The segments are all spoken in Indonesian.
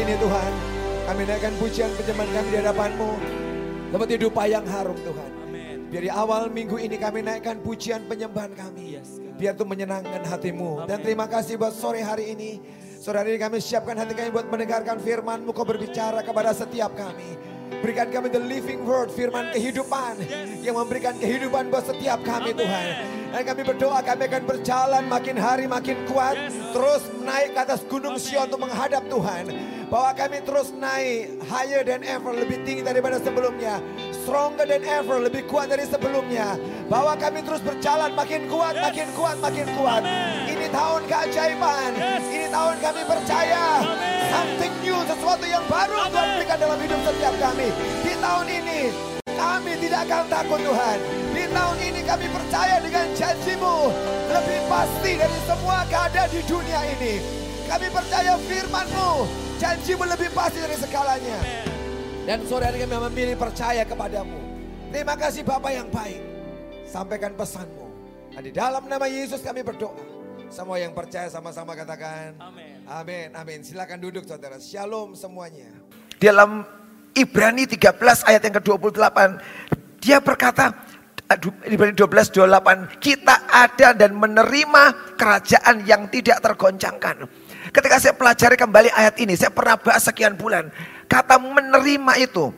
hari ini Tuhan, kami naikkan pujian penyembahan kami di hadapan-Mu seperti dupa yang harum Tuhan. Biar di awal minggu ini kami naikkan pujian penyembahan kami. Biar itu menyenangkan hatimu. Dan terima kasih buat sore hari ini. Sore hari ini kami siapkan hati kami buat mendengarkan firman-Mu. Kau berbicara kepada setiap kami. Berikan kami the living word, firman kehidupan. Yang memberikan kehidupan buat setiap kami Tuhan. Dan kami berdoa kami akan berjalan makin hari makin kuat. Terus naik ke atas gunung Sion untuk menghadap Tuhan. Bahwa kami terus naik higher than ever, lebih tinggi daripada sebelumnya. Stronger than ever, lebih kuat dari sebelumnya. Bahwa kami terus berjalan makin kuat, makin kuat, makin kuat. Ini tahun keajaiban. Ini tahun kami percaya. Something new, sesuatu yang baru Tuhan berikan dalam hidup setiap kami. Di tahun ini kami tidak akan takut Tuhan. Di tahun ini kami percaya dengan janji-Mu lebih pasti dari semua keadaan di dunia ini. Kami percaya firman-Mu, janji-Mu lebih pasti dari segalanya. Dan sore hari kami memilih percaya kepadamu. Terima kasih Bapa yang baik. Sampaikan pesan-Mu. Dan di dalam nama Yesus kami berdoa. Semua yang percaya sama-sama katakan amin. Amin, amin. Silakan duduk saudara. Shalom semuanya. Dalam Ibrani 13 ayat yang ke-28. Dia berkata, Ibrani 12:28, kita ada dan menerima kerajaan yang tidak tergoncangkan. Ketika saya pelajari kembali ayat ini, saya pernah bahas sekian bulan. Kata menerima itu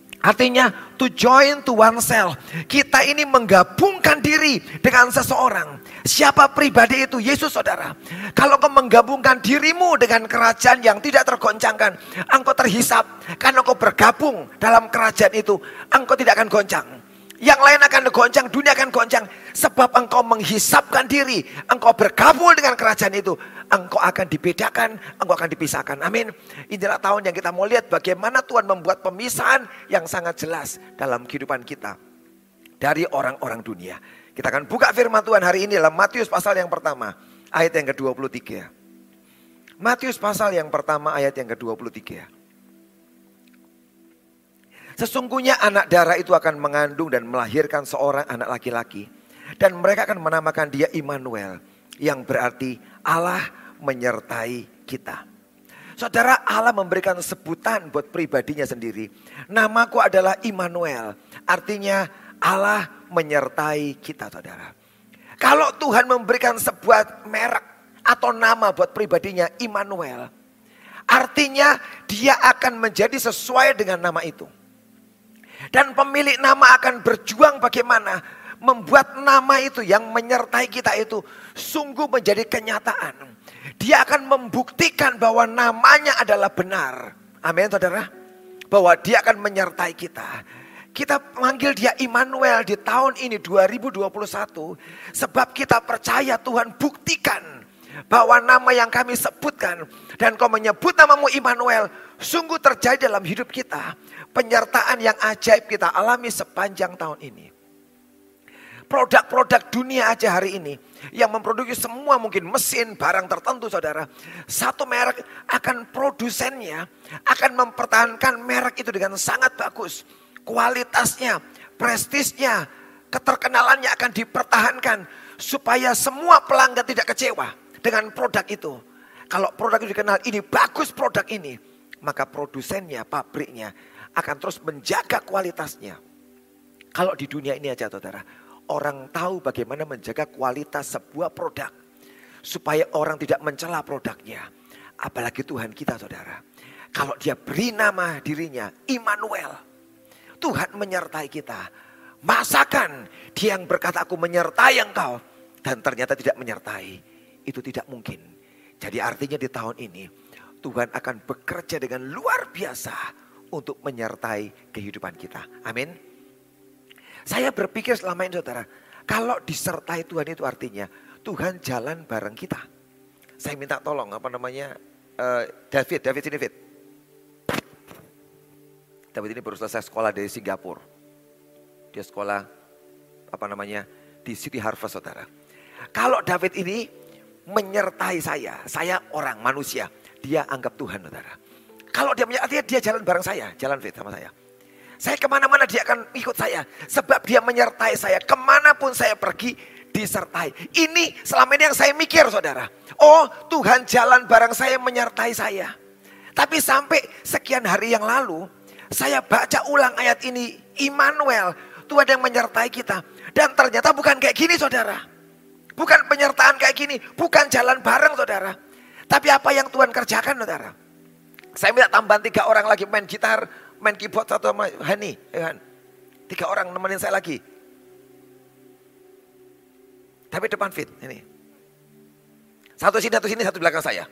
artinya to join to oneself. Kita ini menggabungkan diri dengan seseorang. Siapa pribadi itu? Yesus saudara. Kalau kau menggabungkan dirimu dengan kerajaan yang tidak tergoncangkan, engkau terhisap. Karena kau bergabung dalam kerajaan itu, engkau tidak akan goncang. Yang lain akan goncang, dunia akan goncang. Sebab engkau menghisapkan diri, engkau bergabung dengan kerajaan itu, engkau akan dibedakan, engkau akan dipisahkan. Amin. Inilah tahun yang kita mau lihat bagaimana Tuhan membuat pemisahan yang sangat jelas dalam kehidupan kita dari orang-orang dunia. Kita akan buka firman Tuhan hari ini dalam Matius pasal yang pertama, ayat yang ke-23. Matius pasal yang pertama, ayat yang ke-23. Sesungguhnya anak darah itu akan mengandung dan melahirkan seorang anak laki-laki. Dan mereka akan menamakan dia Immanuel. Yang berarti Allah menyertai kita. Saudara, Allah memberikan sebutan buat pribadinya sendiri. Namaku adalah Immanuel. Artinya Allah menyertai kita saudara. Kalau Tuhan memberikan sebuah merek atau nama buat pribadinya Immanuel. Artinya dia akan menjadi sesuai dengan nama itu. Dan pemilik nama akan berjuang bagaimana membuat nama itu yang menyertai kita itu sungguh menjadi kenyataan. Dia akan membuktikan bahwa namanya adalah benar. Amin saudara. Bahwa dia akan menyertai kita. Kita panggil dia Immanuel di tahun ini 2021. Sebab kita percaya Tuhan buktikan bahwa nama yang kami sebutkan dan kau menyebut namamu Immanuel sungguh terjadi dalam hidup kita. Penyertaan yang ajaib kita alami sepanjang tahun ini. Produk-produk dunia aja hari ini yang memproduksi semua mungkin mesin, barang tertentu saudara. Satu merek akan produsennya akan mempertahankan merek itu dengan sangat bagus. Kualitasnya, prestisnya, keterkenalannya akan dipertahankan supaya semua pelanggan tidak kecewa dengan produk itu. Kalau produk itu dikenal ini bagus produk ini, maka produsennya, pabriknya akan terus menjaga kualitasnya. Kalau di dunia ini aja saudara, orang tahu bagaimana menjaga kualitas sebuah produk supaya orang tidak mencela produknya. Apalagi Tuhan kita saudara. Kalau dia beri nama dirinya Immanuel, Tuhan menyertai kita. Masakan dia yang berkata aku menyertai engkau dan ternyata tidak menyertai. Itu tidak mungkin. Jadi artinya di tahun ini Tuhan akan bekerja dengan luar biasa untuk menyertai kehidupan kita. Amin. Saya berpikir selama ini saudara, kalau disertai Tuhan itu artinya Tuhan jalan bareng kita. Saya minta tolong David sini David. David ini baru selesai sekolah dari Singapura. Dia sekolah di City Harvest saudara. Kalau David ini menyertai saya orang manusia, dia anggap Tuhan saudara. Kalau dia menyertai, dia jalan bareng saya, jalan fit sama saya. Saya kemana-mana dia akan ikut saya. Sebab dia menyertai saya, kemanapun saya pergi disertai. Ini selama ini yang saya mikir saudara. Oh Tuhan jalan bareng saya, menyertai saya. Tapi sampai sekian hari yang lalu, saya baca ulang ayat ini, Immanuel, Tuhan yang menyertai kita. Dan ternyata bukan kayak gini saudara. Bukan penyertaan kayak gini, bukan jalan bareng saudara. Tapi apa yang Tuhan kerjakan saudara. Saya minta tambahan 3 orang lagi main gitar, main keyboard, satu sama Hani. 3 orang nemenin saya lagi. Tapi depan fit ini. Satu sini, satu belakang saya.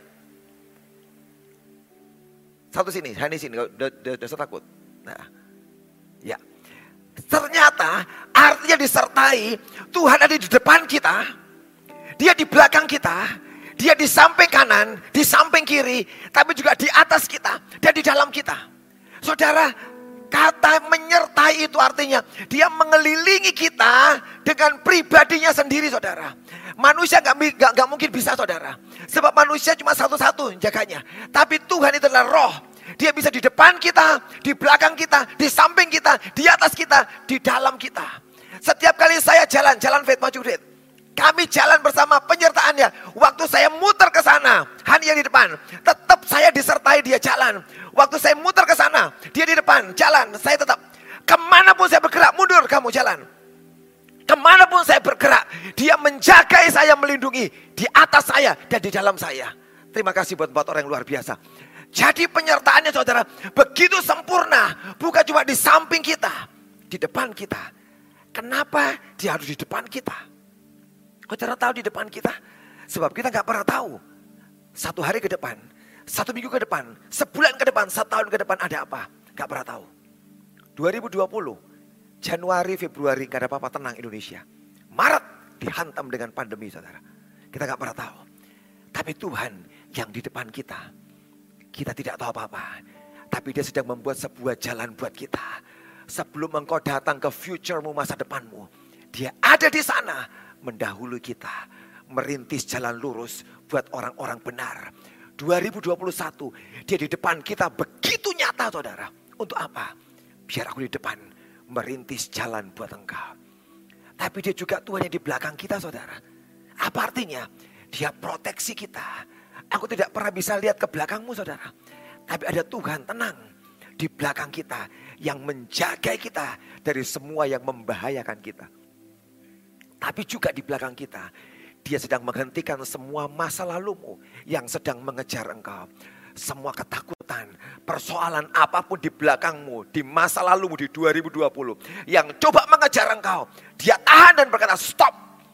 Satu sini, Hani sini, udah takut. Nah, ya. Ternyata artinya disertai, Tuhan ada di depan kita, Dia di belakang kita, Dia di samping kanan, di samping kiri, tapi juga di atas kita dan di dalam kita. Saudara, kata menyertai itu artinya Dia mengelilingi kita dengan pribadinya sendiri saudara. Manusia gak mungkin bisa saudara. Sebab manusia cuma satu-satu jaganya. Tapi Tuhan itu adalah roh. Dia bisa di depan kita, di belakang kita, di samping kita, di atas kita, di dalam kita. Setiap kali saya jalan faith maju faith. Kami jalan bersama penyertaannya. Waktu saya muter ke sana, Hani yang di depan. Tetap saya disertai dia jalan. Waktu saya muter ke sana, dia di depan jalan. Saya tetap, kemanapun saya bergerak, mundur kamu jalan. Kemanapun saya bergerak, Dia menjagai saya, melindungi di atas saya dan di dalam saya. Terima kasih buat orang yang luar biasa. Jadi penyertaannya saudara begitu sempurna. Bukan cuma di samping kita, di depan kita. Kenapa Dia harus di depan kita? Saudara tahu di depan kita? Sebab kita gak pernah tahu 1 hari ke depan, 1 minggu ke depan, sebulan ke depan, 1 tahun ke depan ada apa. Gak pernah tahu. 2020 Januari, Februari gak ada apa-apa, tenang Indonesia. Maret dihantam dengan pandemi saudara. Kita gak pernah tahu. Tapi Tuhan yang di depan kita, kita tidak tahu apa-apa. Tapi Dia sedang membuat sebuah jalan buat kita. Sebelum engkau datang ke future-mu, masa depanmu, Dia ada di sana mendahului kita. Merintis jalan lurus buat orang-orang benar. 2021 Dia di depan kita begitu nyata saudara. Untuk apa? Biar aku di depan merintis jalan buat engkau. Tapi Dia juga Tuhan yang di belakang kita saudara. Apa artinya? Dia proteksi kita. Aku tidak pernah bisa lihat ke belakangmu saudara. Tapi ada Tuhan tenang di belakang kita yang menjaga kita dari semua yang membahayakan kita. Tapi juga di belakang kita, Dia sedang menghentikan semua masa lalumu yang sedang mengejar engkau. Semua ketakutan, persoalan apapun di belakangmu, di masa lalumu di 2020 yang coba mengejar engkau, Dia tahan dan berkata stop.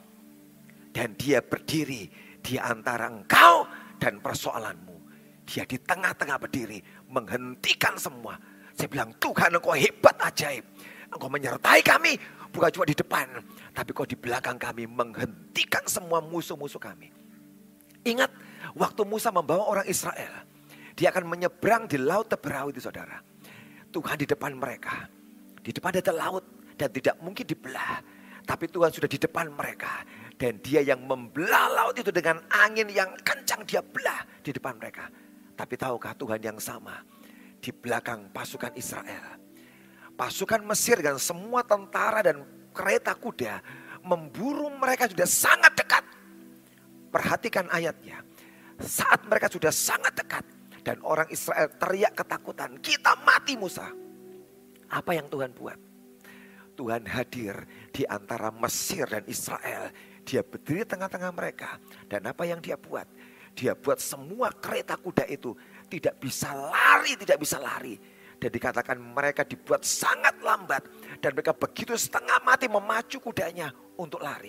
Dan Dia berdiri di antara engkau dan persoalanmu. Dia di tengah-tengah berdiri menghentikan semua. Saya bilang Tuhan engkau hebat ajaib. Engkau menyertai kami bukan cuma di depan, tapi kau di belakang kami menghentikan semua musuh-musuh kami. Ingat waktu Musa membawa orang Israel, dia akan menyeberang di laut Teberau itu saudara. Tuhan di depan mereka. Di depan ada laut dan tidak mungkin dibelah. Tapi Tuhan sudah di depan mereka. Dan Dia yang membelah laut itu dengan angin yang kencang Dia belah di depan mereka. Tapi tahukah Tuhan yang sama di belakang pasukan Israel. Pasukan Mesir dengan semua tentara dan kereta kuda memburu mereka sudah sangat dekat. Perhatikan ayatnya. Saat mereka sudah sangat dekat. Dan orang Israel teriak ketakutan. Kita mati Musa. Apa yang Tuhan buat? Tuhan hadir di antara Mesir dan Israel. Dia berdiri tengah-tengah mereka. Dan apa yang Dia buat? Dia buat semua kereta kuda itu tidak bisa lari, tidak bisa lari. Dan dikatakan mereka dibuat sangat lambat. Dan mereka begitu setengah mati memacu kudanya untuk lari.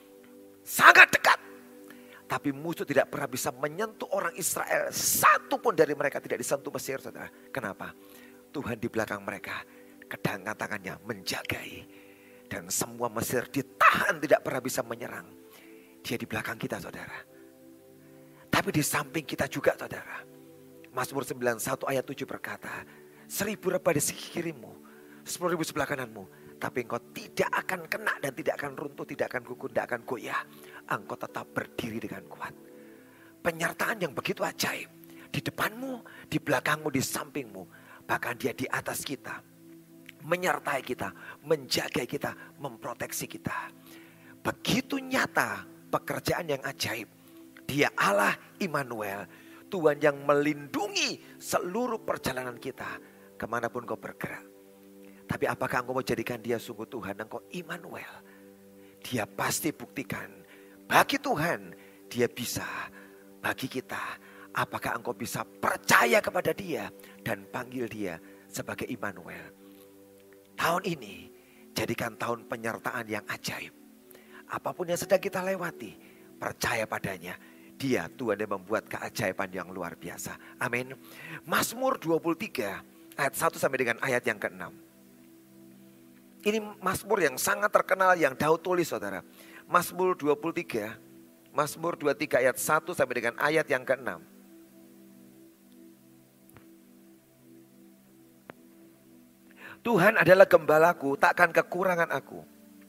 Sangat dekat. Tapi musuh tidak pernah bisa menyentuh orang Israel. Satu pun dari mereka tidak disentuh Mesir saudara. Kenapa? Tuhan di belakang mereka. Kedangkan tangannya menjagai. Dan semua Mesir ditahan tidak pernah bisa menyerang. Dia di belakang kita saudara. Tapi di samping kita juga saudara. Mazmur 91 ayat 7 berkata. 1000 rebah di sisi kirimu. 10.000 sebelah kananmu. Tapi engkau tidak akan kena dan tidak akan runtuh, tidak akan gugur, tidak akan goyah. Engkau tetap berdiri dengan kuat. Penyertaan yang begitu ajaib. Di depanmu, di belakangmu, di sampingmu. Bahkan Dia di atas kita. Menyertai kita, menjaga kita, memproteksi kita. Begitu nyata pekerjaan yang ajaib. Dia Allah Immanuel. Tuhan yang melindungi seluruh perjalanan kita kemanapun kau bergerak. Tapi apakah engkau mau jadikan dia sungguh Tuhan? Engkau Immanuel. Dia pasti buktikan bagi Tuhan dia bisa. Bagi kita, apakah engkau bisa percaya kepada dia dan panggil dia sebagai Immanuel? Tahun ini jadikan tahun penyertaan yang ajaib. Apapun yang sedang kita lewati, percaya padanya. Dia Tuhan yang membuat keajaiban yang luar biasa. Amin. Mazmur 23 ayat 1 sampai dengan ayat yang ke-6. Ini Mazmur yang sangat terkenal yang Daud tulis saudara. Mazmur 23 ayat 1 sampai dengan ayat yang ke-6. Tuhan adalah gembalaku, takkan kekurangan aku.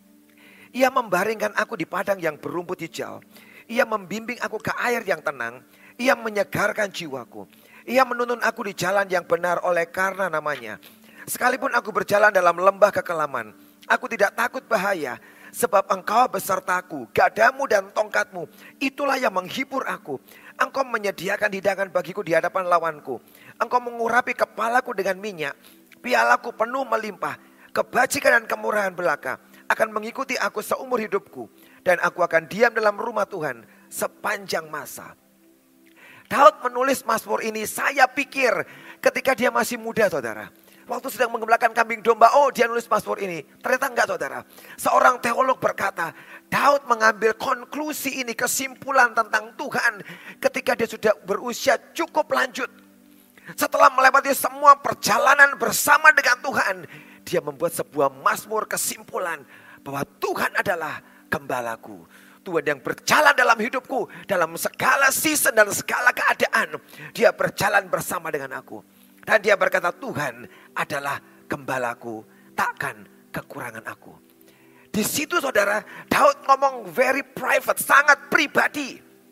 Ia membaringkan aku di padang yang berumput hijau. Ia membimbing aku ke air yang tenang. Ia menyegarkan jiwaku. Ia menuntun aku di jalan yang benar oleh karena namanya. Sekalipun aku berjalan dalam lembah kekelaman, aku tidak takut bahaya. Sebab engkau besertaku, gadamu dan tongkatmu, itulah yang menghibur aku. Engkau menyediakan hidangan bagiku di hadapan lawanku. Engkau mengurapi kepalaku dengan minyak. Pialaku penuh melimpah. Kebajikan dan kemurahan belaka akan mengikuti aku seumur hidupku. Dan aku akan diam dalam rumah Tuhan sepanjang masa. Daud menulis Mazmur ini, saya pikir ketika dia masih muda saudara. Waktu sedang menggembalakan kambing domba, oh dia nulis Mazmur ini. Ternyata enggak saudara. Seorang teolog berkata, Daud mengambil konklusi ini, kesimpulan tentang Tuhan ketika dia sudah berusia cukup lanjut. Setelah melewati semua perjalanan bersama dengan Tuhan, dia membuat sebuah Mazmur kesimpulan bahwa Tuhan adalah gembalaku. Tuhan yang berjalan dalam hidupku, dalam segala season dan segala keadaan. Dia berjalan bersama dengan aku. Dan dia berkata, Tuhan adalah gembalaku, takkan kekurangan aku. Di situ saudara, Daud ngomong very private, sangat pribadi.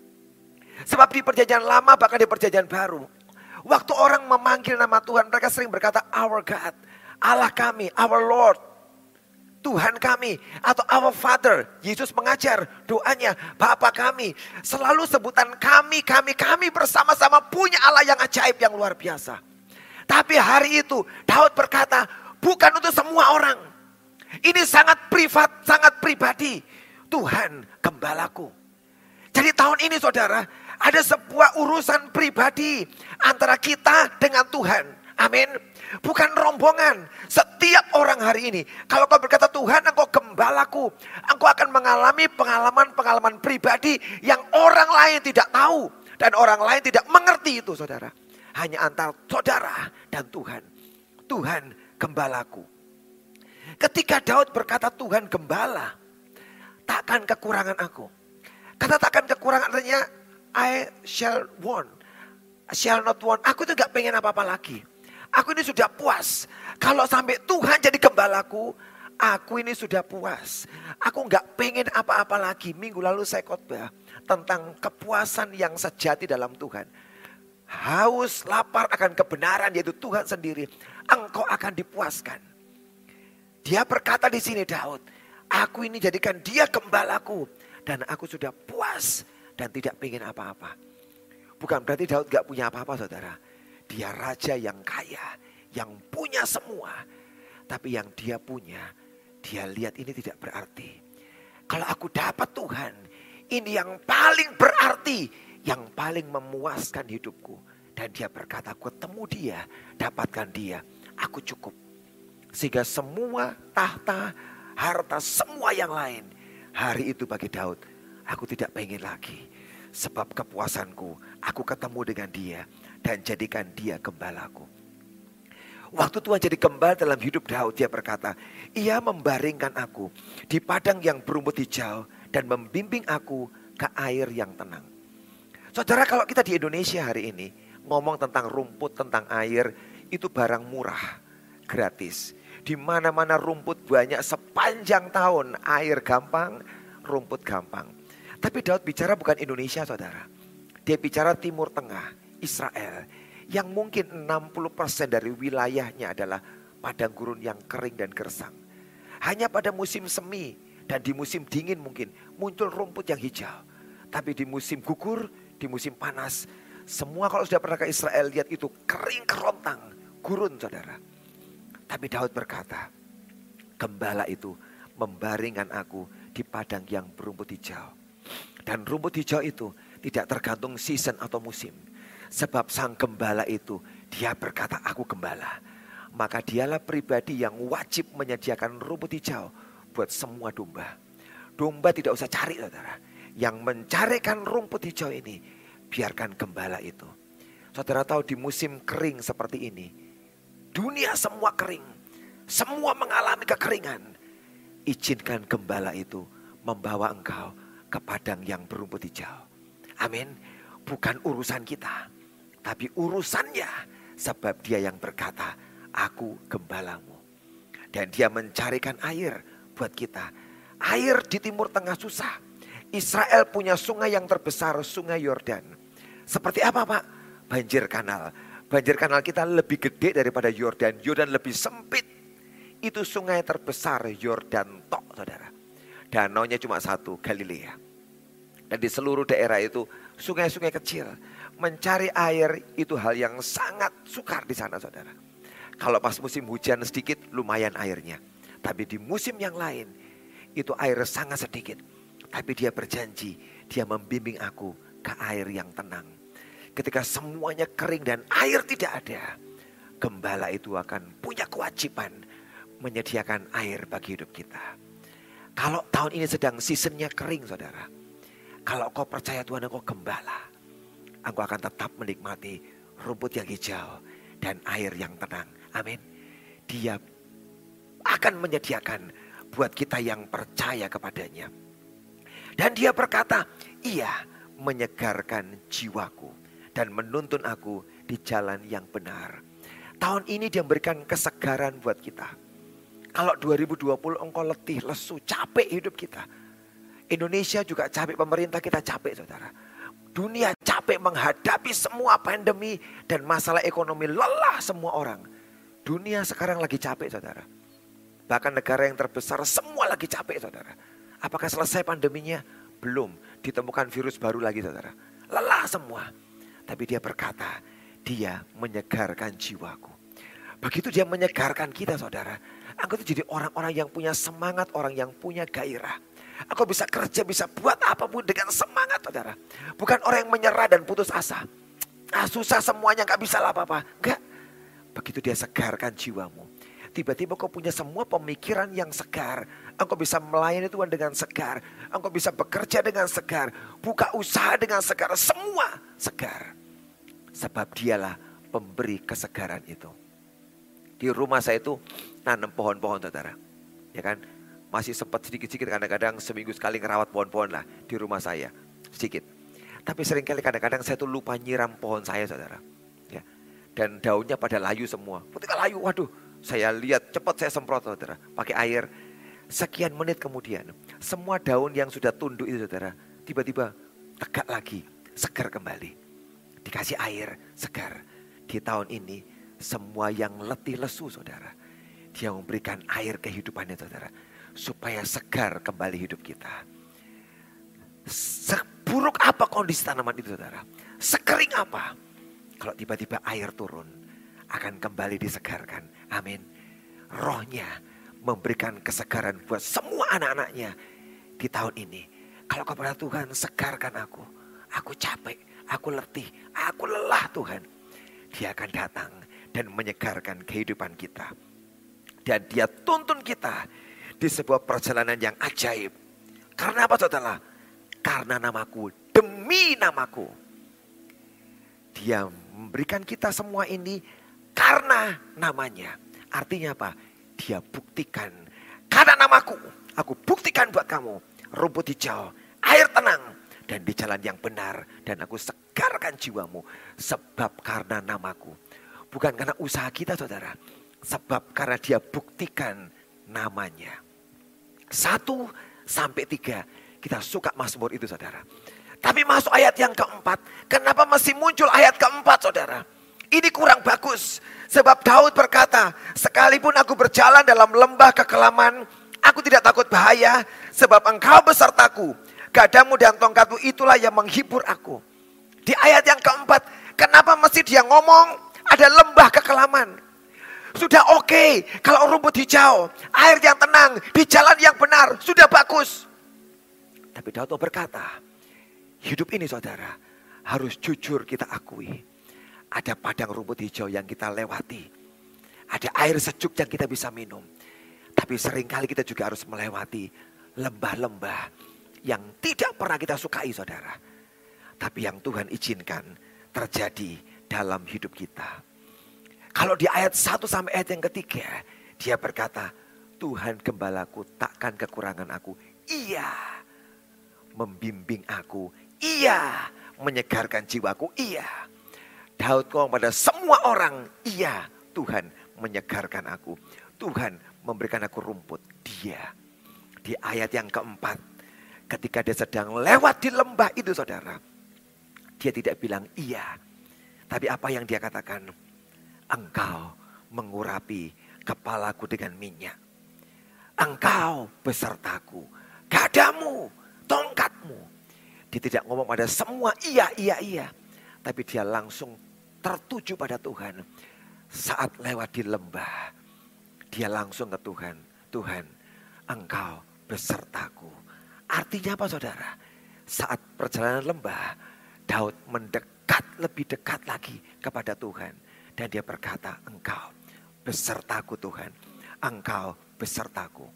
Sebab di perjanjian lama bahkan di perjanjian baru, waktu orang memanggil nama Tuhan, mereka sering berkata our God, Allah kami, our Lord, Tuhan kami, atau our Father. Yesus mengajar doanya, Bapa kami. Selalu sebutan kami bersama-sama punya Allah yang ajaib, yang luar biasa. Tapi hari itu Daud berkata, bukan untuk semua orang. Ini sangat privat, sangat pribadi. Tuhan gembalaku. Jadi tahun ini saudara, ada sebuah urusan pribadi antara kita dengan Tuhan. Amin. Bukan rombongan. Setiap orang hari ini, kalau kau berkata Tuhan engkau gembalaku, engkau akan mengalami pengalaman-pengalaman pribadi yang orang lain tidak tahu. Dan orang lain tidak mengerti itu saudara. Hanya antara saudara dan Tuhan. Tuhan gembalaku. Ketika Daud berkata Tuhan gembala, takkan kekurangan aku. Kata takkan kekurangan artinya I shall not want. Aku itu gak pengen apa-apa lagi. Aku ini sudah puas. Kalau sampai Tuhan jadi gembalaku, aku ini sudah puas. Aku gak pengen apa-apa lagi. Minggu lalu saya khotbah tentang kepuasan yang sejati dalam Tuhan. Haus, lapar akan kebenaran, yaitu Tuhan sendiri. Engkau akan dipuaskan. Dia berkata di sini Daud, aku ini jadikan dia gembalaku. Dan aku sudah puas dan tidak ingin apa-apa. Bukan berarti Daud gak punya apa-apa saudara. Dia raja yang kaya, yang punya semua. Tapi yang dia punya, dia lihat ini tidak berarti. Kalau aku dapat Tuhan, ini yang paling berarti. Yang paling memuaskan hidupku. Dan dia berkata, aku ketemu dia, dapatkan dia, aku cukup. Sehingga semua tahta, harta, semua yang lain. Hari itu bagi Daud, aku tidak pengen lagi. Sebab kepuasanku, aku ketemu dengan dia. Dan jadikan dia gembalaku. Waktu Tuhan jadi gembala dalam hidup Daud, dia berkata, ia membaringkan aku di padang yang berumput hijau. Dan membimbing aku ke air yang tenang. Saudara, kalau kita di Indonesia hari ini ngomong tentang rumput, tentang air, itu barang murah, gratis. Di mana-mana rumput banyak sepanjang tahun, air gampang, rumput gampang. Tapi Daud bicara bukan Indonesia saudara. Dia bicara Timur Tengah, Israel, yang mungkin 60% dari wilayahnya adalah padang gurun yang kering dan gersang. Hanya pada musim semi dan di musim dingin mungkin muncul rumput yang hijau. Tapi di musim gugur, di musim panas, Semua kalau sudah pernah ke Israel lihat itu kering kerontang, gurun saudara. Tapi Daud berkata, gembala itu membaringkan aku di padang yang berumput hijau. Dan rumput hijau itu tidak tergantung season atau musim. Sebab sang gembala itu, dia berkata aku gembala. Maka dialah pribadi yang wajib menyediakan rumput hijau buat semua domba. Domba tidak usah cari saudara. Yang mencarikan rumput hijau ini, biarkan gembala itu. Saudara tahu di musim kering seperti ini, dunia semua kering, semua mengalami kekeringan. Izinkan gembala itu membawa engkau ke padang yang berumput hijau. Amin. Bukan urusan kita, tapi urusannya, sebab dia yang berkata, aku gembalamu. Dan dia mencarikan air buat kita. Air di timur tengah susah. Israel punya sungai yang terbesar, sungai Yordan. Seperti apa Pak? Banjir kanal. Banjir kanal kita lebih gede daripada Yordan. Yordan lebih sempit. Itu sungai terbesar Yordan tok saudara. Danaunya cuma satu, Galilea. Dan di seluruh daerah itu sungai-sungai kecil. Mencari air itu hal yang sangat sukar di sana saudara. Kalau pas musim hujan sedikit lumayan airnya. Tapi di musim yang lain itu air sangat sedikit. Tapi dia berjanji, dia membimbing aku ke air yang tenang. Ketika semuanya kering dan air tidak ada, gembala itu akan punya kewajiban menyediakan air bagi hidup kita. Kalau tahun ini sedang seasonnya kering saudara, kalau kau percaya Tuhan engkau gembala, engkau akan tetap menikmati rumput yang hijau dan air yang tenang. Amin. Dia akan menyediakan buat kita yang percaya kepadanya. Dan dia berkata, ia menyegarkan jiwaku dan menuntun aku di jalan yang benar. Tahun ini dia memberikan kesegaran buat kita. Kalau 2020 engkau letih, lesu, capek hidup kita. Indonesia juga capek, pemerintah kita capek saudara. Dunia capek menghadapi semua pandemi dan masalah ekonomi, lelah semua orang. Dunia sekarang lagi capek saudara. Bahkan negara yang terbesar semua lagi capek saudara. Apakah selesai pandeminya? Belum. Ditemukan virus baru lagi saudara. Lelah semua. Tapi dia berkata, dia menyegarkan jiwaku. Begitu dia menyegarkan kita saudara. Engkau itu jadi orang-orang yang punya semangat, orang yang punya gairah. Engkau bisa kerja, bisa buat apapun dengan semangat saudara. Bukan orang yang menyerah dan putus asa. Susah semuanya, gak bisa lah apa-apa. Enggak. Begitu dia segarkan jiwamu. Tiba-tiba kau punya semua pemikiran yang segar. Engkau bisa melayani Tuhan dengan segar. Engkau bisa bekerja dengan segar. Buka usaha dengan segar. Semua segar. Sebab dialah pemberi kesegaran itu. Di rumah saya itu nanam pohon-pohon saudara. Ya kan? Masih sempat sedikit-sedikit kadang-kadang seminggu sekali ngerawat pohon-pohon lah di rumah saya. Sedikit. Tapi seringkali kadang-kadang saya tuh lupa nyiram pohon saya saudara. Ya. Dan daunnya pada layu semua. Ketika layu, waduh. Saya lihat cepat saya semprot saudara. Pakai air. Sekian menit kemudian. Semua daun yang sudah tunduk itu saudara. Tiba-tiba tegak lagi. Segar kembali. Dikasih air segar. Di tahun ini semua yang letih lesu saudara. Dia memberikan air kehidupannya saudara. Supaya segar kembali hidup kita. Seburuk apa kondisi tanaman itu saudara. Sekering apa. Kalau tiba-tiba air turun. Akan kembali disegarkan. Amin. Rohnya memberikan kesegaran buat semua anak-anaknya di tahun ini. Kalau kepada Tuhan, segarkan aku. Aku capek, aku letih, aku lelah Tuhan. Dia akan datang dan menyegarkan kehidupan kita. Dan dia tuntun kita di sebuah perjalanan yang ajaib. Karena apa saudara? Karena namaku, demi namaku. Dia memberikan kita semua ini karena namanya. Artinya apa? Dia buktikan. Karena namaku, aku buktikan buat kamu. Rumput hijau, air tenang. Dan di jalan yang benar. Dan aku segarkan jiwamu. Sebab karena namaku. Bukan karena usaha kita saudara. Sebab karena dia buktikan namanya. 1-3 kita suka Mazmur itu saudara. Tapi masuk ayat yang keempat. Kenapa masih muncul ayat keempat saudara? Ini kurang bagus. Sebab Daud berkata, sekalipun aku berjalan dalam lembah kekelaman, aku tidak takut bahaya. Sebab engkau besertaku. Gadamu dan tongkatmu itulah yang menghibur aku. Di ayat yang keempat, kenapa mesti dia ngomong ada lembah kekelaman? Sudah oke, kalau rumput hijau, air yang tenang, di jalan yang benar, sudah bagus. Tapi Daud berkata, hidup ini saudara, harus jujur kita akui. Ada padang rumput hijau yang kita lewati. Ada air sejuk yang kita bisa minum. Tapi seringkali kita juga harus melewati lembah-lembah yang tidak pernah kita sukai saudara. Tapi yang Tuhan izinkan terjadi dalam hidup kita. Kalau di ayat 1 sampai ayat yang ketiga, dia berkata, Tuhan gembalaku takkan kekurangan aku. Ia membimbing aku. Ia menyegarkan jiwaku. Ia. Daud ngomong pada semua orang, iya Tuhan menyegarkan aku. Tuhan memberikan aku rumput. Dia. Di ayat yang keempat, ketika dia sedang lewat di lembah itu saudara, dia tidak bilang iya. Tapi apa yang dia katakan? Engkau mengurapi kepalaku dengan minyak. Engkau besertaku. Gadamu, tongkatmu. Dia tidak ngomong pada semua iya. Tapi dia langsung tertuju pada Tuhan. Saat lewat di lembah, dia langsung ke Tuhan. Tuhan, Engkau besertaku. Artinya apa saudara? Saat perjalanan lembah, Daud mendekat, lebih dekat lagi kepada Tuhan. Dan dia berkata, Engkau besertaku Tuhan. Engkau besertaku.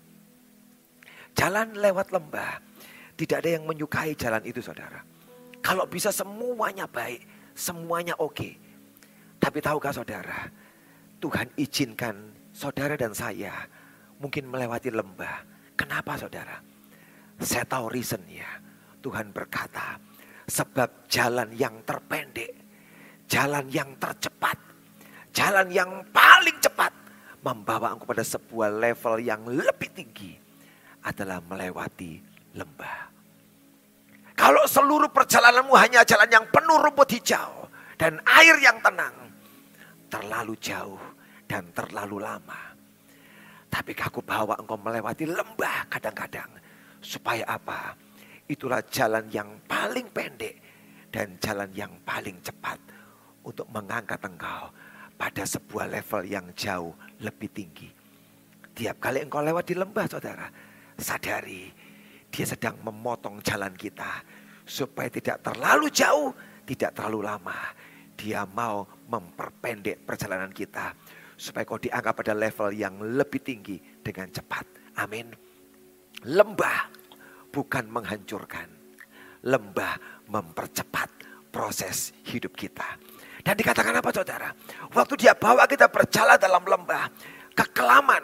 Jalan lewat lembah, tidak ada yang menyukai jalan itu saudara. Kalau bisa semuanya baik, semuanya oke. Tapi tahukah saudara, Tuhan izinkan saudara dan saya mungkin melewati lembah. Kenapa saudara? Saya tahu reasonnya. Tuhan berkata, sebab jalan yang terpendek, jalan yang tercepat, jalan yang paling cepat membawa engkau pada sebuah level yang lebih tinggi adalah melewati lembah. Kalau seluruh perjalananmu hanya jalan yang penuh rumput hijau dan air yang tenang, terlalu jauh dan terlalu lama. Tapi aku bawa engkau melewati lembah kadang-kadang. Supaya apa? Itulah jalan yang paling pendek dan jalan yang paling cepat untuk mengangkat engkau pada sebuah level yang jauh lebih tinggi. Tiap kali engkau lewat di lembah saudara, sadari dia sedang memotong jalan kita supaya tidak terlalu jauh, tidak terlalu lama. Dia mau memperpendek perjalanan kita supaya kau dianggap pada level yang lebih tinggi dengan cepat. Amin. Lembah bukan menghancurkan. Lembah mempercepat proses hidup kita. Dan dikatakan apa saudara? Waktu dia bawa kita berjalan dalam lembah kekelaman,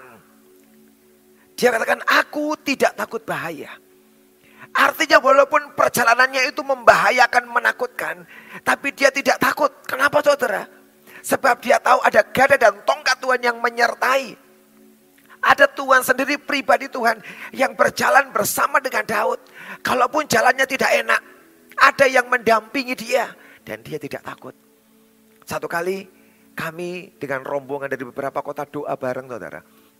dia katakan aku tidak takut bahaya. Artinya walaupun perjalanannya itu membahayakan, menakutkan, tapi dia tidak takut. Kenapa saudara? Sebab dia tahu ada gada dan tongkat Tuhan yang menyertai. Ada Tuhan sendiri, pribadi Tuhan yang berjalan bersama dengan Daud. Kalaupun jalannya tidak enak, ada yang mendampingi dia dan dia tidak takut. Satu kali kami dengan rombongan dari beberapa kota doa bareng saudara.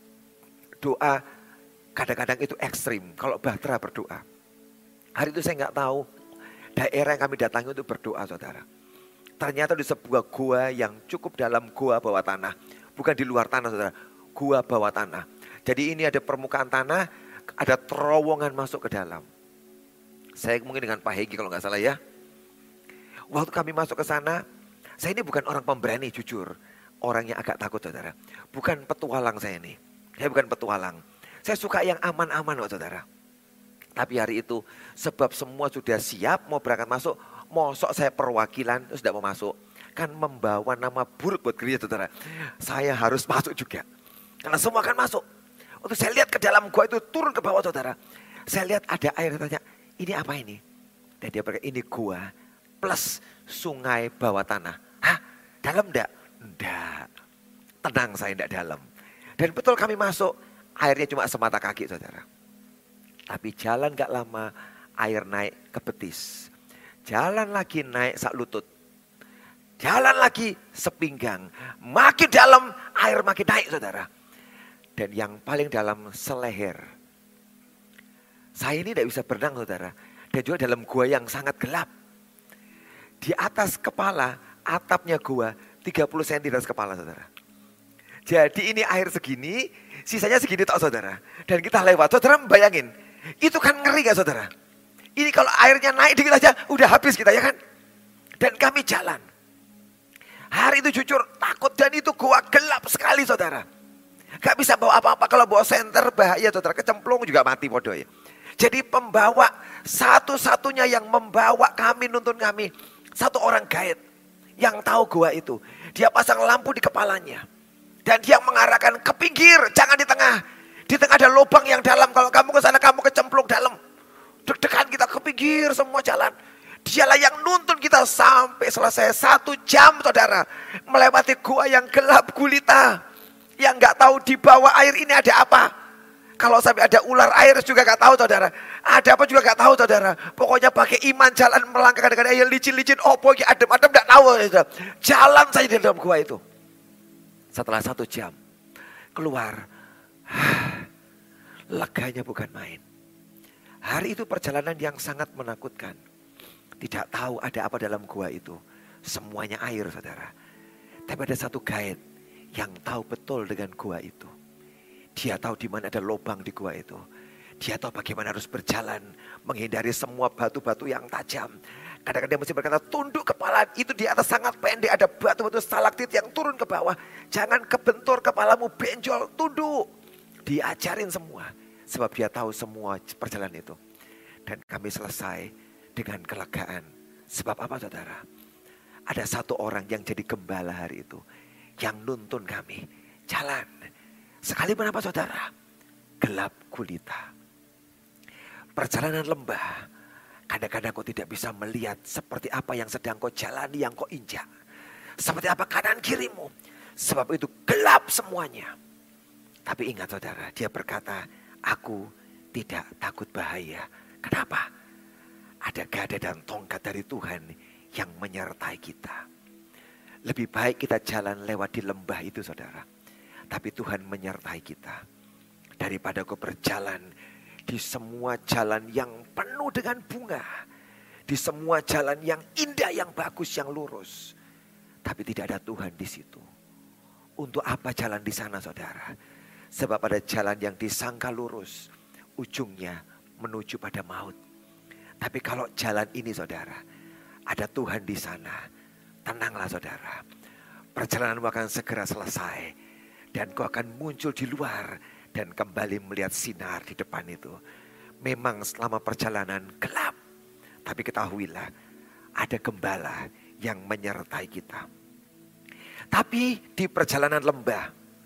Doa kadang-kadang itu ekstrim kalau Bahtera berdoa. Hari itu saya nggak tahu daerah yang kami datangi untuk berdoa saudara. Ternyata di sebuah gua yang cukup dalam, gua bawah tanah. Bukan di luar tanah saudara, gua bawah tanah. Jadi ini ada permukaan tanah, ada terowongan masuk ke dalam. Saya mungkin dengan Pak Hegi kalau nggak salah ya. Waktu kami masuk ke sana, saya ini bukan orang pemberani jujur. Orang yang agak takut saudara. Bukan petualang saya ini. Saya bukan petualang. Saya suka yang aman-aman kok saudara. Tapi hari itu sebab semua sudah siap mau berangkat masuk. Mosok saya perwakilan terus tidak mau masuk. Kan membawa nama buruk buat gereja saudara. Saya harus masuk juga. Karena semua akan masuk. Waktu saya lihat ke dalam gua itu turun ke bawah saudara. Saya lihat ada air, saya tanya ini apa ini? Dan dia berkata ini gua plus sungai bawah tanah. Hah? Dalam enggak? Enggak. Tenang saya enggak dalam. Dan betul kami masuk airnya cuma semata kaki saudara. Tapi jalan gak lama air naik ke betis. Jalan lagi naik sak lutut. Jalan lagi sepinggang. Makin dalam air makin naik saudara. Dan yang paling dalam seleher. Saya ini tidak bisa berenang saudara. Dan juga dalam gua yang sangat gelap. Di atas kepala, atapnya gua 30 cm di atas kepala saudara. Jadi ini air segini, sisanya segini tok saudara. Dan kita lewat, saudara bayangin. Itu kan ngeri gak saudara? Ini kalau airnya naik dikit aja, udah habis kita ya kan? Dan kami jalan. Hari itu jujur takut dan itu gua gelap sekali saudara. Gak bisa bawa apa-apa, kalau bawa senter bahaya saudara. Kecemplung juga mati bodoh ya. Jadi pembawa satu-satunya yang membawa kami, nuntun kami. Satu orang guide yang tahu gua itu. Dia pasang lampu di kepalanya. Dan dia mengarahkan ke pinggir, jangan di tengah. Di tengah ada lubang yang dalam, kalau kamu ke sana kamu kecemplung dalam. Deg-degan kita ke pinggir semua jalan. Dialah yang nuntun kita sampai selesai 1 jam saudara. Melewati gua yang gelap gulita. Yang gak tahu di bawah air ini ada apa. Kalau sampai ada ular air juga gak tahu saudara. Ada apa juga gak tahu saudara. Pokoknya pakai iman jalan melangkah kadang-kadang air licin-licin. Oh pokoknya adem-adem gak tahu saudara. Jalan saja di dalam gua itu. Setelah 1 jam keluar, leganya bukan main. Hari itu perjalanan yang sangat menakutkan. Tidak tahu ada apa dalam gua itu. Semuanya air saudara. Tapi ada satu guide yang tahu betul dengan gua itu. Dia tahu di mana ada lubang di gua itu. Dia tahu bagaimana harus berjalan, menghindari semua batu-batu yang tajam. Kadang-kadang dia mesti berkata, tunduk kepala itu di atas sangat pendek. Ada batu-batu stalaktit yang turun ke bawah. Jangan kebentur kepalamu, benjol, tunduk. Diajarin semua. Sebab dia tahu semua perjalanan itu. Dan kami selesai dengan kelegaan. Sebab apa saudara? Ada satu orang yang jadi gembala hari itu. Yang nuntun kami. Jalan. Sekalipun apa saudara? Gelap gulita. Perjalanan lembah. Kadang-kadang kau tidak bisa melihat seperti apa yang sedang kau jalani, yang kau injak. Seperti apa kanan kirimu. Sebab itu gelap semuanya. Tapi ingat saudara, dia berkata, aku tidak takut bahaya. Kenapa? Ada gada dan tongkat dari Tuhan yang menyertai kita. Lebih baik kita jalan lewat di lembah itu saudara. Tapi Tuhan menyertai kita. Daripada kau berjalan di semua jalan yang penuh dengan bunga. Di semua jalan yang indah, yang bagus, yang lurus. Tapi tidak ada Tuhan di situ. Untuk apa jalan di sana saudara? Sebab ada jalan yang disangka lurus. Ujungnya menuju pada maut. Tapi kalau jalan ini saudara, ada Tuhan di sana. Tenanglah saudara. Perjalananmu akan segera selesai. Dan kau akan muncul di luar. Dan kembali melihat sinar di depan itu. Memang selama perjalanan gelap. Tapi ketahuilah, ada gembala yang menyertai kita. Tapi di perjalanan lembah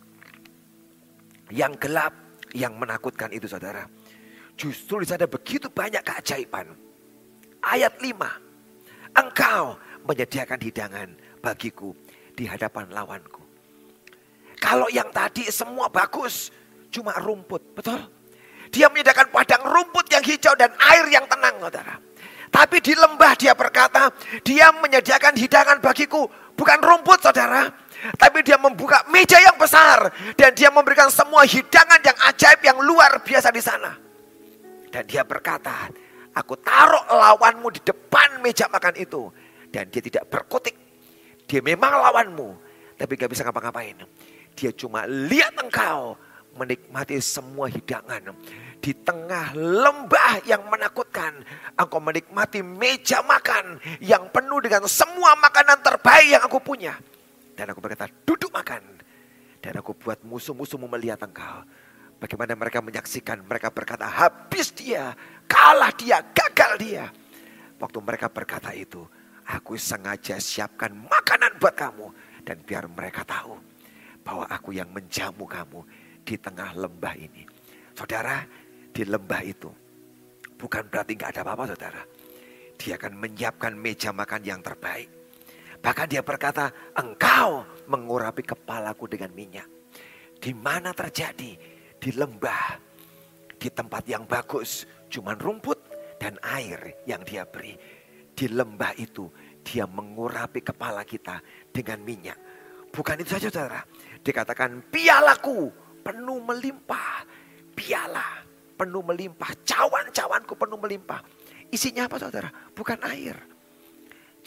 yang gelap, yang menakutkan itu saudara. Justru di sana begitu banyak keajaiban. Ayat 5. Engkau menyediakan hidangan bagiku di hadapan lawanku. Kalau yang tadi semua bagus. Cuma rumput, betul? Dia menyediakan padang rumput yang hijau dan air yang tenang, saudara. Tapi di lembah dia berkata, dia menyediakan hidangan bagiku. Bukan rumput, saudara. Tapi dia membuka meja yang besar. Dan dia memberikan semua hidangan yang ajaib, yang luar biasa di sana. Dan dia berkata, aku taruh lawanmu di depan meja makan itu. Dan dia tidak berkutik. Dia memang lawanmu. Tapi gak bisa ngapa-ngapain. Dia cuma lihat engkau menikmati semua hidangan. Di tengah lembah yang menakutkan, engkau menikmati meja makan yang penuh dengan semua makanan terbaik yang aku punya. Dan aku berkata, duduk makan. Dan aku buat musuh-musuhmu melihat engkau. Bagaimana mereka menyaksikan, mereka berkata, habis dia, kalah dia, gagal dia. Waktu mereka berkata itu, aku sengaja siapkan makanan buat kamu. Dan biar mereka tahu bahwa aku yang menjamu kamu di tengah lembah ini. Saudara, di lembah itu bukan berarti gak ada apa-apa saudara. Dia akan menyiapkan meja makan yang terbaik. Bahkan dia berkata, engkau mengurapi kepalaku dengan minyak. Di mana terjadi? Di lembah. Di tempat yang bagus. Cuman rumput dan air yang dia beri. Di lembah itu dia mengurapi kepala kita dengan minyak. Bukan itu saja saudara. Dikatakan pialaku penuh melimpah. Piala penuh melimpah. Cawan-cawanku penuh melimpah. Isinya apa saudara? Bukan air.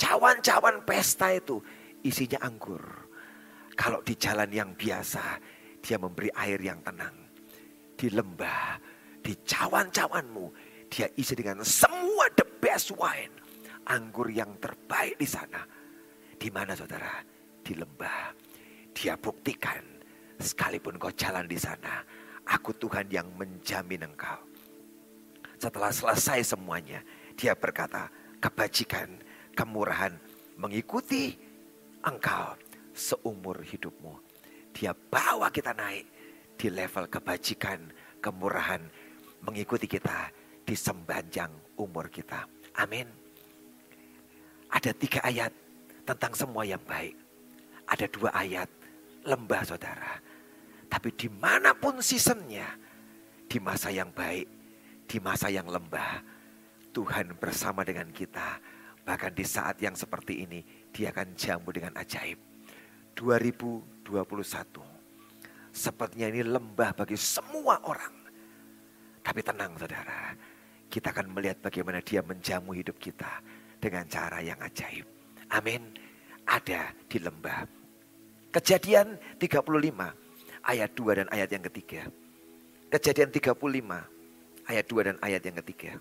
cawan-cawan pesta itu isinya anggur. Kalau di jalan yang biasa, dia memberi air yang tenang. Di lembah, di cawan-cawanmu, dia isi dengan semua the best wine. Anggur yang terbaik di sana. Di mana saudara? Di lembah. Dia buktikan, sekalipun kau jalan di sana, aku Tuhan yang menjamin engkau. Setelah selesai semuanya, dia berkata, kebajikan, kemurahan mengikuti engkau seumur hidupmu. Dia bawa kita naik di level kebajikan, kemurahan mengikuti kita di sepanjang umur kita. Amin. Ada 3 ayat tentang semua yang baik. Ada 2 ayat lembah saudara. Tapi dimanapun seasonnya, di masa yang baik, di masa yang lembah, Tuhan bersama dengan kita. Bahkan di saat yang seperti ini, dia akan jamu dengan ajaib. 2021, sepertinya ini lembah bagi semua orang. Tapi tenang saudara, kita akan melihat bagaimana dia menjamu hidup kita dengan cara yang ajaib. Amin. Ada di lembah. Kejadian 35 ayat 2 dan ayat yang ketiga. Kejadian 35 ayat 2 dan ayat yang ketiga.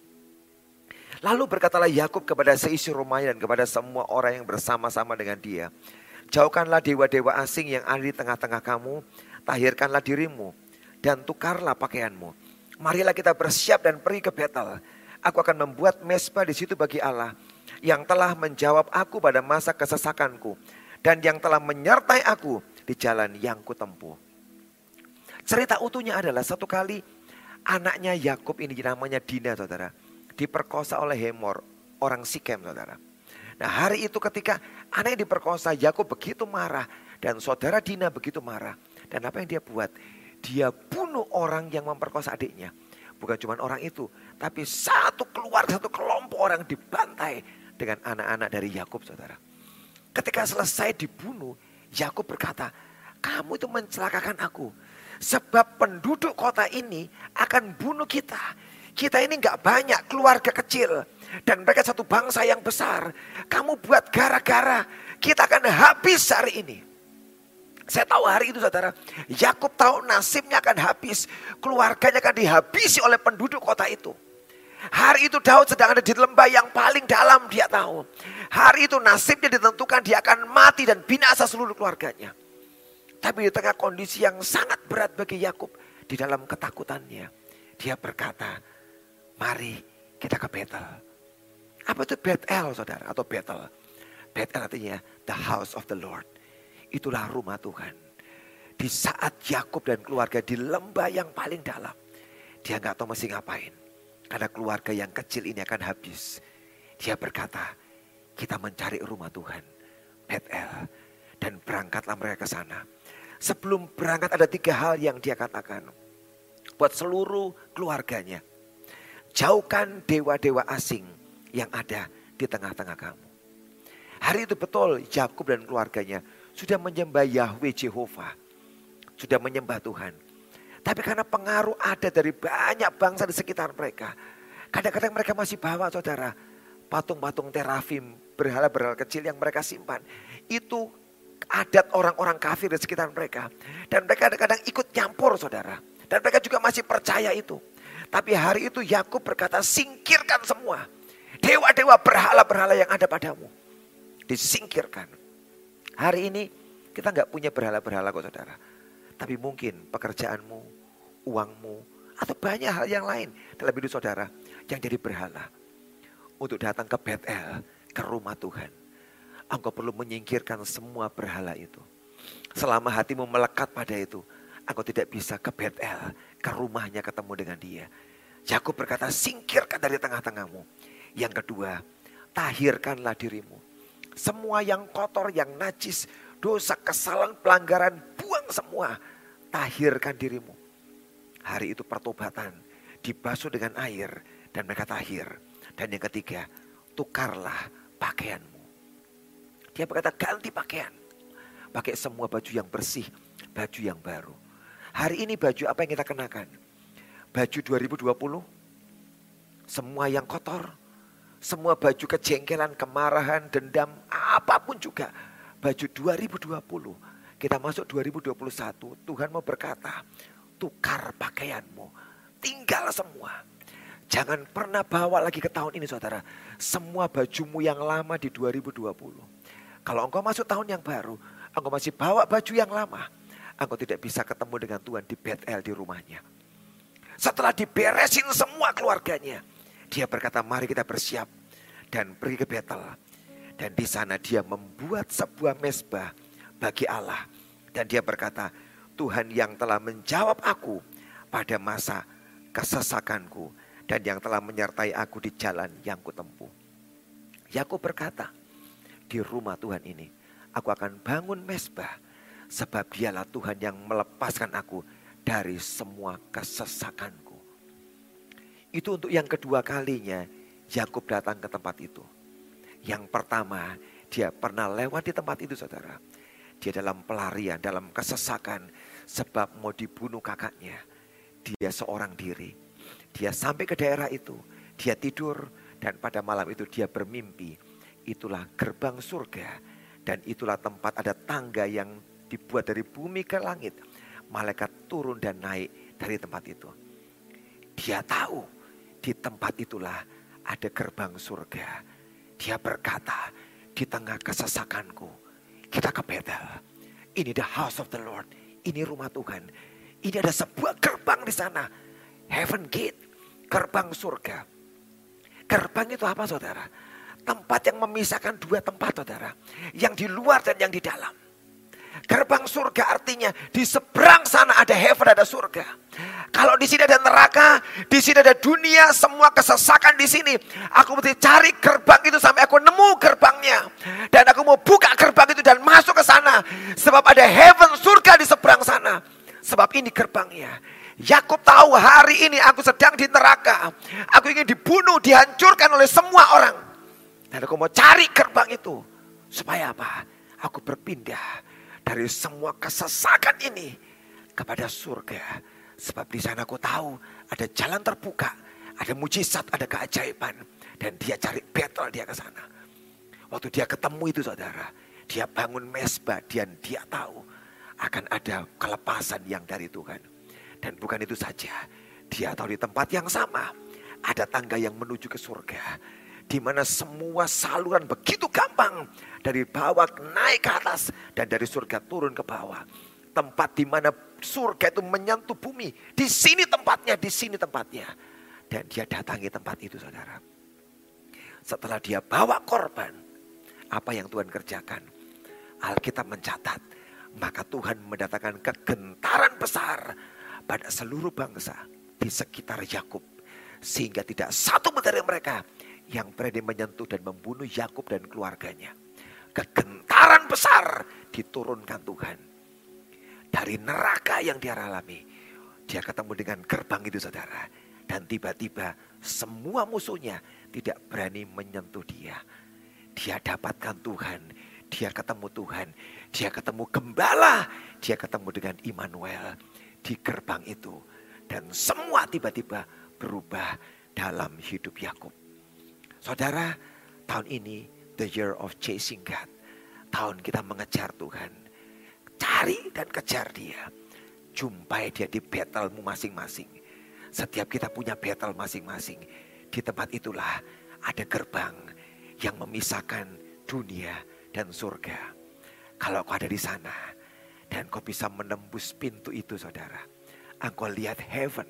Lalu berkatalah Yakub kepada seisi rumahnya dan kepada semua orang yang bersama-sama dengan dia. Jauhkanlah dewa-dewa asing yang ada di tengah-tengah kamu. Tahirkanlah dirimu dan tukarlah pakaianmu. Marilah kita bersiap dan pergi ke Betel. Aku akan membuat mezbah di situ bagi Allah yang telah menjawab aku pada masa kesesakanku dan yang telah menyertai aku di jalan yang kutempuh. Cerita utuhnya adalah satu kali anaknya Yakub ini namanya Dina saudara, diperkosa oleh Hemor, orang Sikem saudara. Nah hari itu ketika anaknya diperkosa, Yakub begitu marah dan saudara Dina begitu marah. Dan apa yang dia buat? Dia bunuh orang yang memperkosa adiknya. Bukan cuma orang itu, tapi satu keluarga, satu kelompok orang dibantai dengan anak-anak dari Yakub saudara. Ketika selesai dibunuh, Yakub berkata, kamu itu mencelakakan aku. Sebab penduduk kota ini akan bunuh kita. Kita ini gak banyak, keluarga kecil. Dan mereka satu bangsa yang besar. Kamu buat gara-gara, kita akan habis hari ini. Saya tahu hari itu saudara, Yakub tahu nasibnya akan habis. Keluarganya akan dihabisi oleh penduduk kota itu. Hari itu Daud sedang ada di lembah yang paling dalam, dia tahu. Hari itu nasibnya ditentukan, dia akan mati dan binasa seluruh keluarganya. Tapi di tengah kondisi yang sangat berat bagi Yakub, di dalam ketakutannya, dia berkata, mari kita ke Betel. Apa itu Betel saudara atau Betel? Betel artinya the house of the Lord. Itulah rumah Tuhan. Di saat Yakub dan keluarga di lembah yang paling dalam, dia nggak tahu mesti ngapain. Karena keluarga yang kecil ini akan habis. Dia berkata, kita mencari rumah Tuhan, Betel. Dan berangkatlah mereka ke sana. Sebelum berangkat ada 3 hal yang dia katakan. Buat seluruh keluarganya. Jauhkan dewa-dewa asing yang ada di tengah-tengah kamu. Hari itu betul Yakub dan keluarganya sudah menyembah Yahweh Jehovah. Sudah menyembah Tuhan. Tapi karena pengaruh ada dari banyak bangsa di sekitar mereka. Kadang-kadang mereka masih bawa saudara. Patung-patung terafim, berhala-berhala kecil yang mereka simpan. Itu adat orang-orang kafir di sekitar mereka. Dan mereka kadang-kadang ikut nyampur saudara. Dan mereka juga masih percaya itu. Tapi hari itu Yakub berkata, singkirkan semua. Dewa-dewa berhala-berhala yang ada padamu. Disingkirkan. Hari ini kita gak punya berhala-berhala kok saudara. Tapi mungkin pekerjaanmu, uangmu, atau banyak hal yang lain dalam hidup saudara yang jadi berhala. Untuk datang ke Betel, ke rumah Tuhan. Engkau perlu menyingkirkan semua berhala itu. Selama hatimu melekat pada itu, engkau tidak bisa ke Betel, ke rumahnya ketemu dengan dia. Yakub berkata, singkirkan dari tengah-tengahmu. Yang kedua, tahirkanlah dirimu. Semua yang kotor, yang najis, dosa, kesalahan, pelanggaran, buang semua. Tahirkan dirimu. Hari itu pertobatan, dibasuh dengan air dan mereka tahir. Dan yang ketiga, tukarlah pakaianmu. Dia berkata ganti pakaian. Pakai semua baju yang bersih, baju yang baru. Hari ini baju apa yang kita kenakan? Baju 2020, semua yang kotor, semua baju kejengkelan, kemarahan, dendam, apapun juga. Baju 2020, kita masuk 2021, Tuhan mau berkata, tukar pakaianmu, tinggal semua. Jangan pernah bawa lagi ke tahun ini saudara, semua bajumu yang lama di 2020. Kalau engkau masuk tahun yang baru, engkau masih bawa baju yang lama, engkau tidak bisa ketemu dengan Tuhan di Bethel di rumahnya. Setelah diberesin semua keluarganya, dia berkata, mari kita bersiap dan pergi ke Bethel. Dan di sana dia membuat sebuah mezbah bagi Allah. Dan dia berkata, Tuhan yang telah menjawab aku pada masa kesesakanku dan yang telah menyertai aku di jalan yang kutempuh. Yakub berkata, di rumah Tuhan ini aku akan bangun mezbah, sebab dialah Tuhan yang melepaskan aku dari semua kesesakanku. Itu untuk yang kedua kalinya Yakub datang ke tempat itu. Yang pertama, dia pernah lewat di tempat itu saudara. Dia dalam pelarian, dalam kesesakan, sebab mau dibunuh kakaknya. Dia seorang diri. Dia sampai ke daerah itu, dia tidur, dan pada malam itu dia bermimpi. Itulah gerbang surga, dan itulah tempat ada tangga yang dibuat dari bumi ke langit. Malaikat turun dan naik dari tempat itu. Dia tahu di tempat itulah ada gerbang surga. Dia berkata, di tengah kesesakanku, kita ke Bethel. Ini the house of the Lord. Ini rumah Tuhan. Ini ada sebuah gerbang di sana. Heaven gate, gerbang surga. Gerbang itu apa saudara? Tempat yang memisahkan dua tempat saudara. Yang di luar dan yang di dalam. Gerbang surga artinya di seberang sana ada heaven, ada surga. Kalau di sini ada neraka, di sini ada dunia, semua kesesakan di sini. Aku mesti cari gerbang itu sampai aku nemu gerbangnya. Dan aku mau buka gerbang itu dan masuk ke sana. Sebab ada heaven, surga di seberang sana. Sebab ini gerbangnya. Yakub tahu hari ini aku sedang di neraka. Aku ingin dibunuh, dihancurkan oleh semua orang. Dan aku mau cari gerbang itu. Supaya apa? Aku berpindah dari semua kesesakan ini kepada surga. Sebab di sana aku tahu ada jalan terbuka, ada mujizat, ada keajaiban. Dan dia cari Bethel, dia ke sana. Waktu dia ketemu itu saudara, dia bangun mezbah dan dia tahu akan ada kelepasan yang dari Tuhan. Dan bukan itu saja, dia tahu di tempat yang sama ada tangga yang menuju ke surga. Di mana semua saluran begitu gampang dari bawah naik ke atas dan dari surga turun ke bawah. Tempat di mana surga itu menyentuh bumi. Di sini tempatnya, di sini tempatnya. Dan dia datangi tempat itu saudara. Setelah dia bawa korban, apa yang Tuhan kerjakan? Alkitab mencatat, maka Tuhan mendatangkan kegentaran besar pada seluruh bangsa di sekitar Yakub. Sehingga tidak satu dari mereka yang berani menyentuh dan membunuh Yakub dan keluarganya. Kegentaran besar diturunkan Tuhan. Dari neraka yang dia alami, dia ketemu dengan gerbang itu saudara. Dan tiba-tiba semua musuhnya tidak berani menyentuh dia. Dia dapatkan Tuhan, dia ketemu Tuhan, dia ketemu gembala, dia ketemu dengan Immanuel di gerbang itu. Dan semua tiba-tiba berubah dalam hidup Yakub. Saudara, tahun ini the year of chasing God. Tahun kita mengejar Tuhan. Cari dan kejar dia. Jumpai dia di Bethelmu masing-masing. Setiap kita punya Bethel masing-masing. Di tempat itulah ada gerbang yang memisahkan dunia dan surga. Kalau kau ada di sana dan kau bisa menembus pintu itu saudara. Engkau lihat heaven,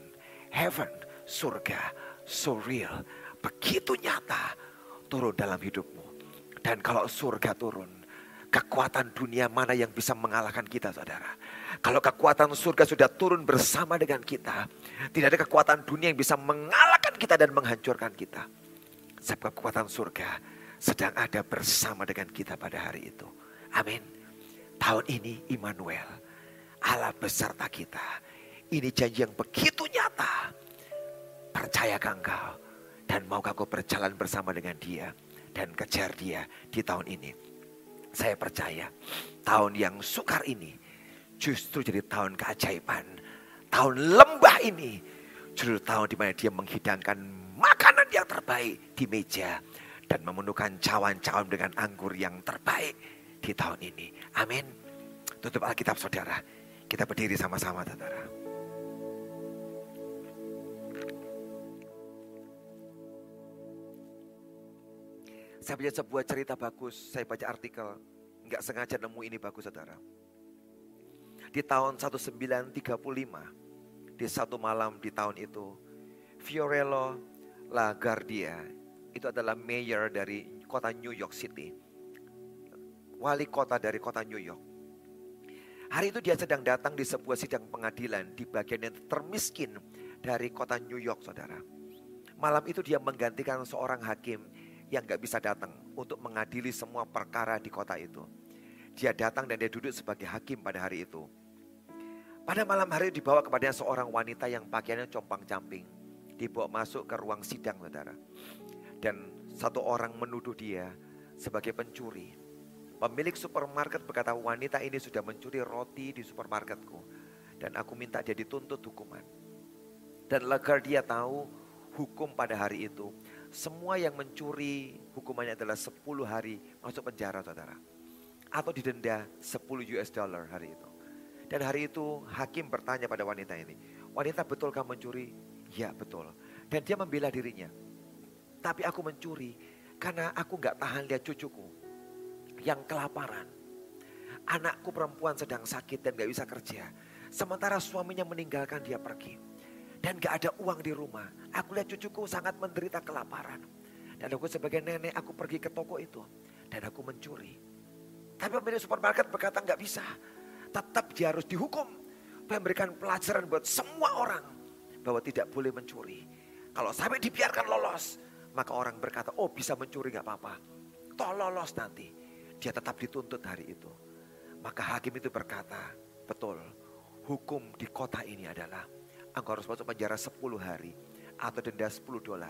surga, so real. Begitu nyata turun dalam hidupmu. Dan kalau surga turun, kekuatan dunia mana yang bisa mengalahkan kita saudara? Kalau kekuatan surga sudah turun bersama dengan kita, tidak ada kekuatan dunia yang bisa mengalahkan kita dan menghancurkan kita. Sebab kekuatan surga sedang ada bersama dengan kita pada hari itu. Amin. Tahun ini Immanuel, Allah beserta kita. Ini janji yang begitu nyata. Percayakah engkau? Dan maukah kau berjalan bersama dengan dia dan kejar dia di tahun ini? Saya percaya tahun yang sukar ini justru jadi tahun keajaiban. Tahun lembah ini justru tahun di mana dia menghidangkan makanan yang terbaik di meja. Dan memenuhkan cawan-cawan dengan anggur yang terbaik di tahun ini. Amin. Tutup Alkitab saudara. Kita berdiri sama-sama saudara. Saya baca sebuah cerita bagus. Saya baca artikel. Nggak sengaja nemu ini bagus saudara. Di tahun 1935, di satu malam di tahun itu, Fiorello LaGuardia, itu adalah mayor dari kota New York City. Wali kota dari kota New York. Hari itu dia sedang datang di sebuah sidang pengadilan di bagian yang termiskin dari kota New York saudara. Malam itu dia menggantikan seorang hakim yang gak bisa datang untuk mengadili semua perkara di kota itu. Dia datang dan dia duduk sebagai hakim pada hari itu. Pada malam hari dibawa kepadanya seorang wanita yang pakaiannya compang-camping. Dibawa masuk ke ruang sidang saudara. Dan satu orang menuduh dia sebagai pencuri. Pemilik supermarket berkata, wanita ini sudah mencuri roti di supermarketku. Dan aku minta dia dituntut hukuman. Dan LaGuardia tahu hukum pada hari itu. Semua yang mencuri hukumannya adalah 10 hari masuk penjara saudara. Atau didenda $10 hari itu. Dan hari itu hakim bertanya pada wanita ini. Wanita, betul kamu mencuri? Ya betul. Dan dia membela dirinya. Tapi aku mencuri karena aku gak tahan lihat cucuku yang kelaparan. Anakku perempuan sedang sakit dan gak bisa kerja. Sementara suaminya meninggalkan dia pergi. Dan gak ada uang di rumah. Aku lihat cucuku sangat menderita kelaparan. Dan aku sebagai nenek aku pergi ke toko itu. Dan aku mencuri. Tapi pemilik supermarket berkata gak bisa. Tetap dia harus dihukum. Memberikan pelajaran buat semua orang. Bahwa tidak boleh mencuri. Kalau sampai dibiarkan lolos. Maka orang berkata, oh bisa mencuri gak apa-apa. Toh lolos nanti. Dia tetap dituntut hari itu. Maka hakim itu berkata, betul. Hukum di kota ini adalah engkau harus masuk penjara 10 hari. Atau denda $10.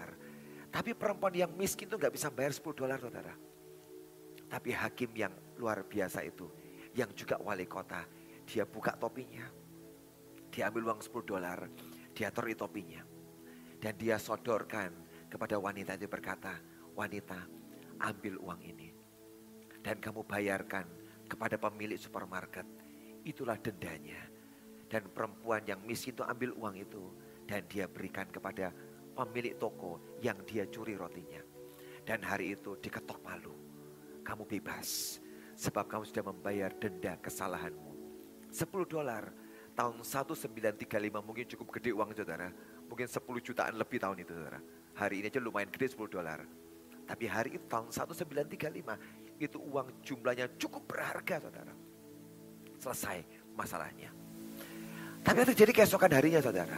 Tapi perempuan yang miskin itu gak bisa bayar $10 saudara. Tapi hakim yang luar biasa itu. Yang juga wali kota. Dia buka topinya. Dia ambil uang $10. Dia taruh topinya. Dan dia sodorkan kepada wanita itu berkata, wanita ambil uang ini. Dan kamu bayarkan kepada pemilik supermarket. Itulah dendanya. Dan perempuan yang miskin itu ambil uang itu. Dan dia berikan kepada pemilik toko yang dia curi rotinya. Dan hari itu diketok palu. Kamu bebas. Sebab kamu sudah membayar denda kesalahanmu. $10 tahun 1935 mungkin cukup gede uang saudara. Mungkin 10 jutaan lebih tahun itu saudara. Hari ini aja lumayan gede $10. Tapi hari itu tahun 1935 itu uang jumlahnya cukup berharga saudara. Selesai masalahnya. Tapi itu terjadi keesokan harinya saudara.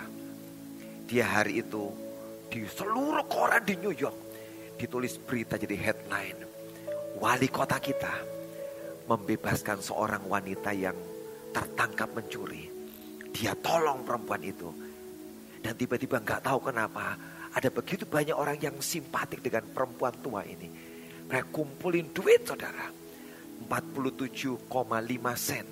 Dia hari itu di seluruh koran di New York ditulis berita jadi headline. Wali kota kita membebaskan seorang wanita yang tertangkap mencuri. Dia tolong perempuan itu. Dan tiba-tiba gak tahu kenapa ada begitu banyak orang yang simpatik dengan perempuan tua ini. Mereka kumpulin duit saudara. 47,5 sen.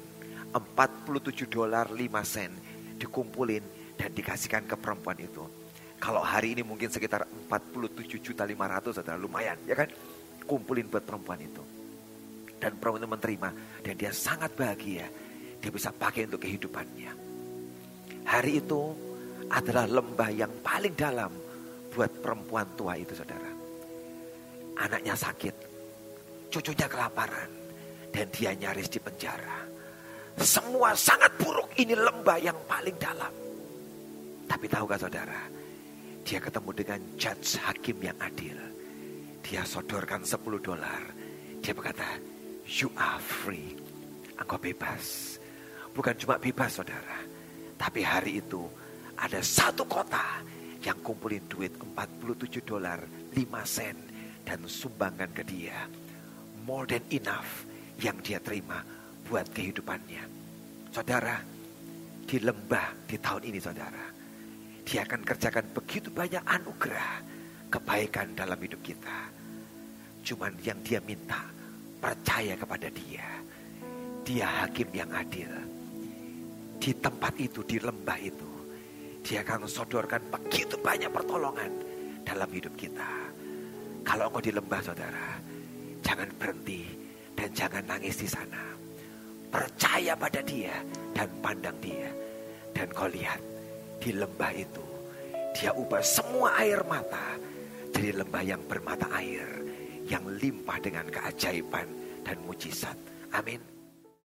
$47.05 dikumpulin dan dikasihkan ke perempuan itu. Kalau hari ini mungkin sekitar 47.500.000 saudara, lumayan ya kan? Kumpulin buat perempuan itu. Dan perempuan itu menerima dan dia sangat bahagia. Dia bisa pakai untuk kehidupannya. Hari itu adalah lembah yang paling dalam buat perempuan tua itu saudara. Anaknya sakit, cucunya kelaparan, dan dia nyaris di penjara. Semua sangat buruk, ini lembah yang paling dalam. Tapi tahukah saudara, dia ketemu dengan judge hakim yang adil. Dia sodorkan $10. Dia berkata, you are free. Engkau bebas. Bukan cuma bebas saudara. Tapi hari itu ada satu kota yang kumpulin duit $47.05 dan sumbangan ke dia. More than enough yang dia terima buat kehidupannya. Saudara, di lembah di tahun ini saudara, dia akan kerjakan begitu banyak anugerah, kebaikan dalam hidup kita. Cuman yang dia minta, percaya kepada dia. Dia hakim yang adil. Di tempat itu, di lembah itu, dia akan sodorkan begitu banyak pertolongan dalam hidup kita. Kalau engkau di lembah saudara, jangan berhenti dan jangan nangis di sana. Percaya pada Dia dan pandang Dia. Dan kau lihat di lembah itu, Dia ubah semua air mata jadi lembah yang bermata air, yang limpah dengan keajaiban dan mujizat. Amin.